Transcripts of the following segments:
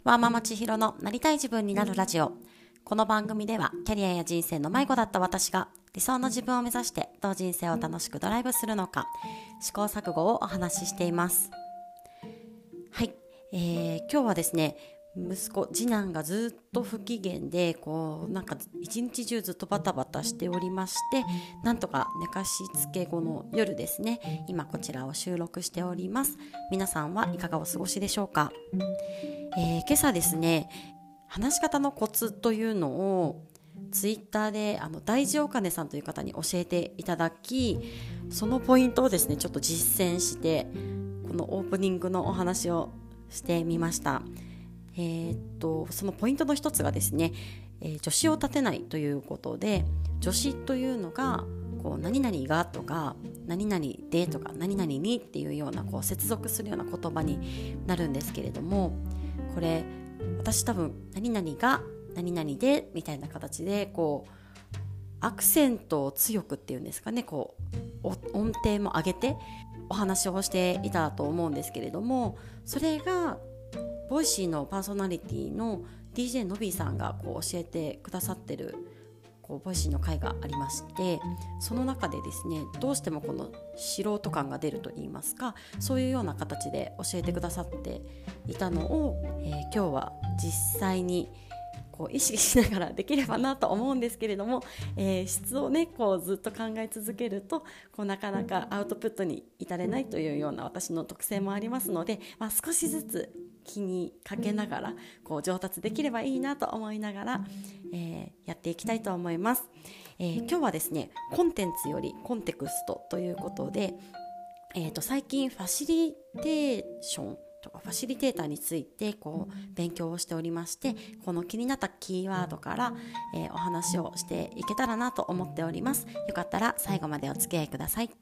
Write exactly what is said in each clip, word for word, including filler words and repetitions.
ワーママ千尋のなりたい自分になるラジオ。この番組ではキャリアや人生の迷子だった私が理想の自分を目指してどう人生を楽しくドライブするのか試行錯誤をお話ししています。はい、えー、今日はですね、息子次男がずっと不機嫌でこうなんか一日中ずっとバタバタしておりまして、なんとか寝かしつけ後の夜ですね、今こちらを収録しております。皆さんはいかがお過ごしでしょうか。えー、今朝ですね、話し方のコツというのをツイッターであの大事お金さんという方に教えていただき、そのポイントをですねちょっと実践してこのオープニングのお話をしてみました。えー、っとそのポイントの一つがですね、えー、助詞を立てないということで、助詞というのがこう何々がとか何々でとか何々にっていうようなこう接続するような言葉になるんですけれども、これ私多分何々が何々でみたいな形でこうアクセントを強くっていうんですかね、こう音程も上げてお話をしていたと思うんですけれども、それがボイシーのパーソナリティの ディージェー のびーさんがこう教えてくださってるこうボイシーの回がありまして、その中でですね、どうしてもこの素人感が出るといいますか、そういうような形で教えてくださっていたのを、えー、今日は実際にこう意識しながらできればなと思うんですけれども、えー、質をねこうずっと考え続けるとこうなかなかアウトプットに至れないというような私の特性もありますので、まあ、少しずつ気にかけながらこう上達できればいいなと思いながら、えー、やっていきたいと思います。えー、今日はですね、コンテンツよりコンテクストということで、えー、と最近ファシリテーションとかファシリテーターについてこう勉強をしておりまして、この気になったキーワードから、えー、お話をしていけたらなと思っております。よかったら最後までお付き合いください。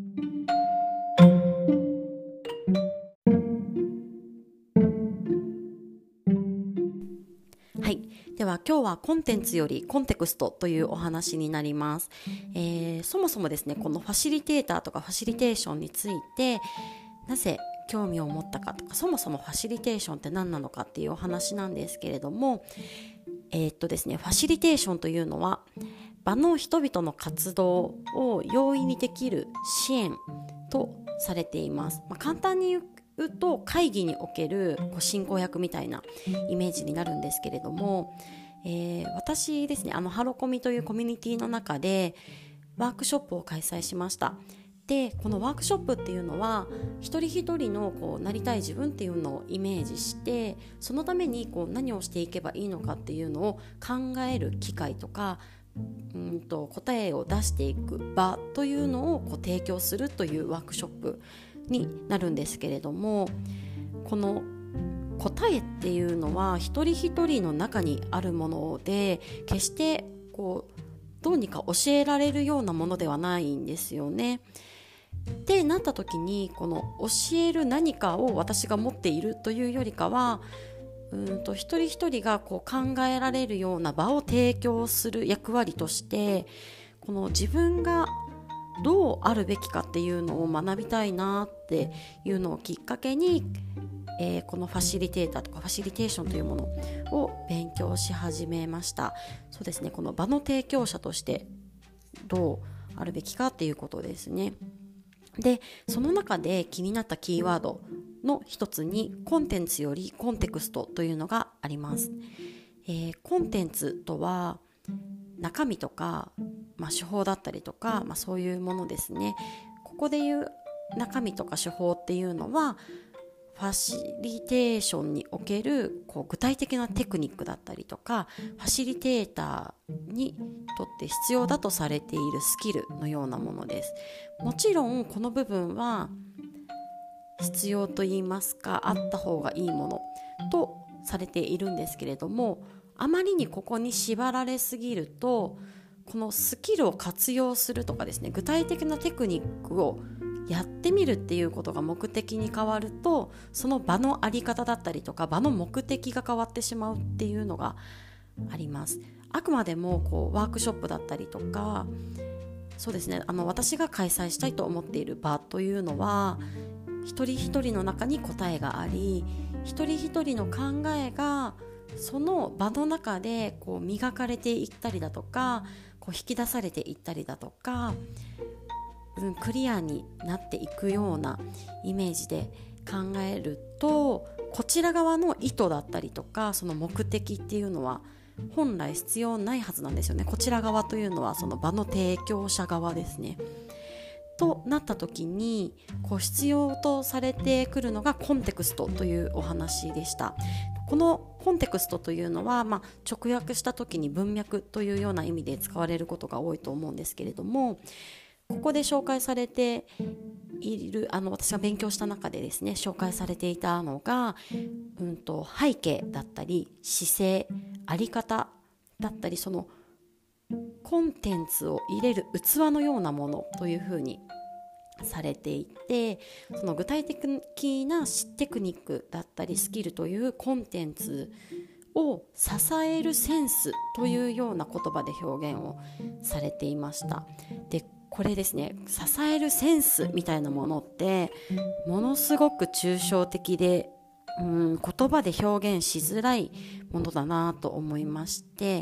はい、では今日はコンテンツよりコンテクストというお話になります。えー、そもそもですね、このファシリテーターとかファシリテーションについてなぜ興味を持ったかとか、そもそもファシリテーションって何なのかっていうお話なんですけれども、えー、っとですねファシリテーションというのは場の人々の活動を容易にできる支援とされています。まあ、簡単に言うと会議におけるこう進行役みたいなイメージになるんですけれども、えー、私ですね、あのハロコミというコミュニティの中でワークショップを開催しました。でこのワークショップっていうのは一人一人のこうなりたい自分っていうのをイメージして、そのためにこう何をしていけばいいのかっていうのを考える機会とか、うんと答えを出していく場というのをこう提供するというワークショップになるんですけれども、この答えっていうのは一人一人の中にあるもので、決してこうどうにか教えられるようなものではないんですよね。ってなった時に、この教える何かを私が持っているというよりかは、うんと一人一人がこう考えられるような場を提供する役割として、この自分がどうあるべきかっていうのを学びたいなっていうのをきっかけに、えー、このファシリテーターとかファシリテーションというものを勉強し始めました。そうですね、この場の提供者としてどうあるべきかっていうことですね。でその中で気になったキーワードの一つにコンテンツよりコンテクストというのがあります。えー、コンテンツとは中身とか、まあ、手法だったりとか、まあ、そういうものですね。ここでいう中身とか手法っていうのはファシリテーションにおけるこう具体的なテクニックだったりとか、ファシリテーターにとって必要だとされているスキルのようなものです。もちろんこの部分は必要といいますか、あった方がいいものとされているんですけれども、あまりにここに縛られすぎると、このスキルを活用するとかですね、具体的なテクニックをやってみるっていうことが目的に変わると、その場のあり方だったりとか場の目的が変わってしまうっていうのがあります。あくまでもこうワークショップだったりとか、そうですね、あの私が開催したいと思っている場というのは一人一人の中に答えがあり、一人一人の考えがその場の中でこう磨かれていったりだとか、こう引き出されていったりだとか、うん、クリアになっていくようなイメージで考えると、こちら側の意図だったりとか、その目的っていうのは本来必要ないはずなんですよね。こちら側というのはその場の提供者側ですね。となった時にこう必要とされてくるのがコンテクストというお話でした。このコンテクストというのは、まあ、直訳した時に文脈というような意味で使われることが多いと思うんですけれども、ここで紹介されている、あの私が勉強した中でですね、紹介されていたのが、うんと背景だったり姿勢、あり方だったり、そのコンテンツを入れる器のようなものというふうにされていて、その具体的なテクニックだったりスキルというコンテンツを支えるセンスというような言葉で表現をされていました。でこれですね、支えるセンスみたいなものってものすごく抽象的で、うん、言葉で表現しづらいものだなと思いまして、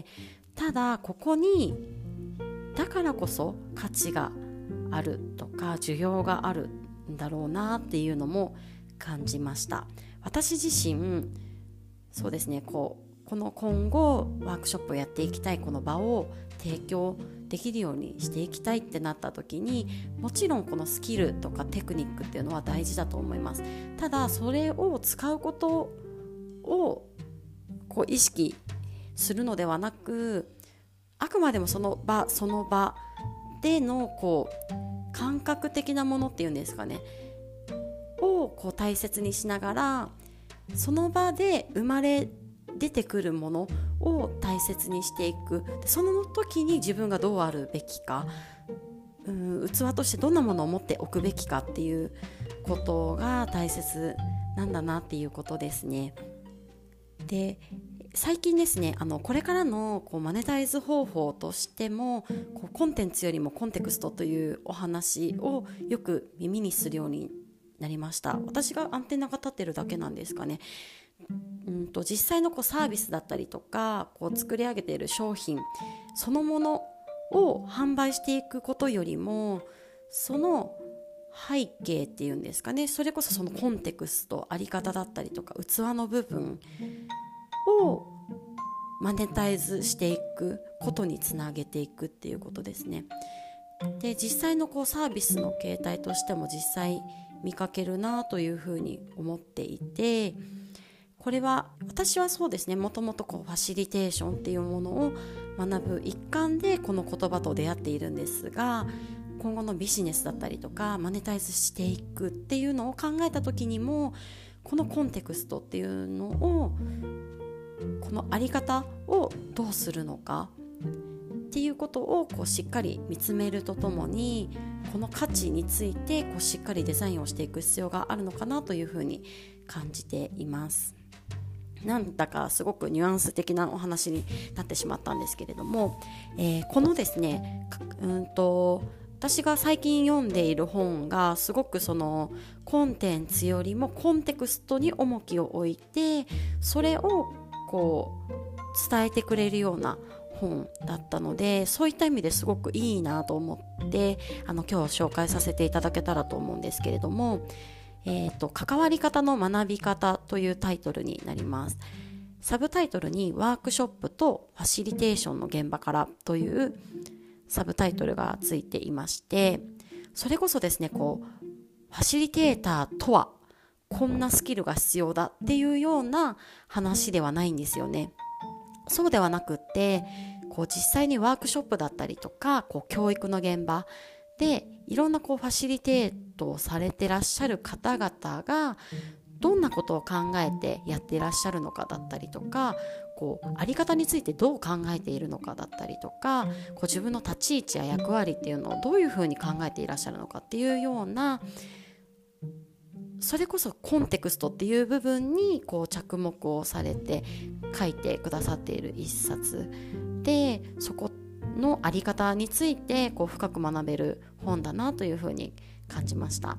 ただここにだからこそ価値があるとか需要があるんだろうなっていうのも感じました。私自身そうですね、こうこの今後ワークショップをやっていきたいこの場を提供できるようにしていきたいってなった時に、もちろんこのスキルとかテクニックっていうのは大事だと思います。ただそれを使うことをこう意識するのではなく、あくまでもその場その場でのこう感覚的なものっていうんですかねをこう大切にしながら、その場で生まれ出てくるものを大切にしていく。その時に自分がどうあるべきか、うん、器としてどんなものを持っておくべきかっていうことが大切なんだなっていうことですね。で最近ですね、あのこれからのこうマネタイズ方法としてもこうコンテンツよりもコンテクストというお話をよく耳にするようになりました。私がアンテナが立ってるだけなんですかね。うんと実際のこうサービスだったりとかこう作り上げている商品そのものを販売していくことよりも、その背景っていうんですかね、それこそそのコンテクスト、あり方だったりとか器の部分をマネタイズしていくことにつなげていくっていうことですね。で実際のこうサービスの形態としても実際見かけるなというふうに思っていて、これは私はそうですね、もともとこうファシリテーションっていうものを学ぶ一環でこの言葉と出会っているんですが、今後のビジネスだったりとかマネタイズしていくっていうのを考えた時にも、このコンテクストっていうのを、このあり方をどうするのかっていうことをこうしっかり見つめるとともに、この価値についてこうしっかりデザインをしていく必要があるのかなというふうに感じています。なんだかすごくニュアンス的なお話になってしまったんですけれども、えー、このですね、うんと私が最近読んでいる本がすごくそのコンテンツよりもコンテクストに重きを置いて、それをこう伝えてくれるような本だったので、そういった意味ですごくいいなと思って、あの今日紹介させていただけたらと思うんですけれども、えーと、関わり方の学び方というタイトルになります。サブタイトルにワークショップとファシリテーションの現場からというサブタイトルがついていまして、それこそですね、こうファシリテーターとはこんなスキルが必要だっていうような話ではないんですよね。そうではなくって、こう実際にワークショップだったりとかこう教育の現場でいろんなこうファシリテートをされてらっしゃる方々がどんなことを考えてやっていらっしゃるのかだったりとか、こうあり方についてどう考えているのかだったりとか、こう自分の立ち位置や役割っていうのをどういうふうに考えていらっしゃるのかっていうような、それこそコンテクストっていう部分にこう着目をされて書いてくださっている一冊で、そこのあり方についてこう深く学べる本だなというふうに感じました。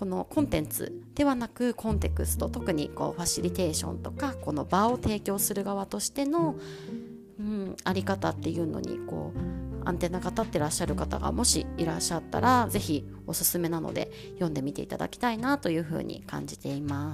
このコンテンツではなくコンテクスト、特にこうファシリテーションとかこの場を提供する側としての、うん、あり方っていうのにこうアンテナが立ってらっしゃる方がもしいらっしゃったら、ぜひおすすめなので読んでみていただきたいなというふうに感じています。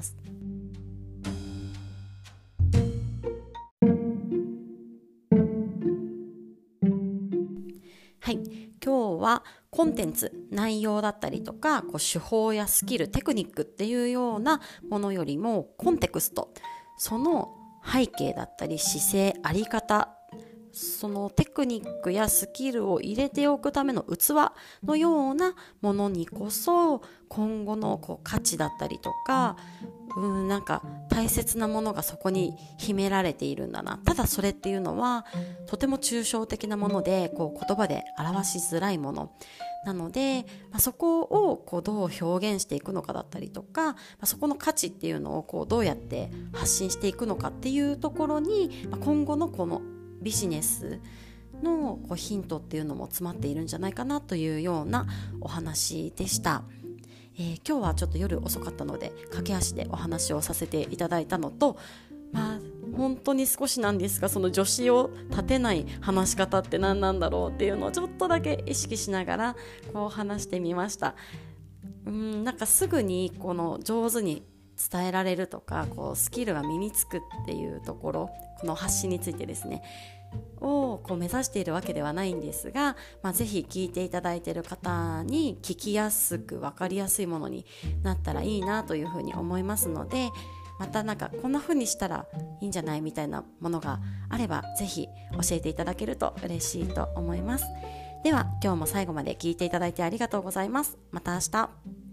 はい、今日はコンテンツ、内容だったりとかこう手法やスキル、テクニックっていうようなものよりもコンテクスト、その背景だったり姿勢、あり方、そのテクニックやスキルを入れておくための器のようなものにこそ今後のこう価値だったりとか、うんなんか大切なものがそこに秘められているんだな。ただそれっていうのはとても抽象的なもので、こう言葉で表しづらいものなので、まあ、そこをこうどう表現していくのかだったりとか、まあ、そこの価値っていうのをこうどうやって発信していくのかっていうところに、まあ、今後のこのビジネスのこうヒントっていうのも詰まっているんじゃないかなというようなお話でした。えー、今日はちょっと夜遅かったので駆け足でお話をさせていただいたのと、まあ本当に少しなんですが、その助詞を立てない話し方って何なんだろうっていうのをちょっとだけ意識しながらこう話してみました。うーんなんかすぐにこの上手に伝えられるとか、こうスキルが身につくっていうところ、この発信についてですねをこう目指しているわけではないんですが、まあ、ぜひ聞いていただいている方に聞きやすく分かりやすいものになったらいいなというふうに思いますので、またなんかこんな風にしたらいいんじゃないみたいなものがあれば、ぜひ教えていただけると嬉しいと思います。では今日も最後まで聞いていただいてありがとうございます。また明日。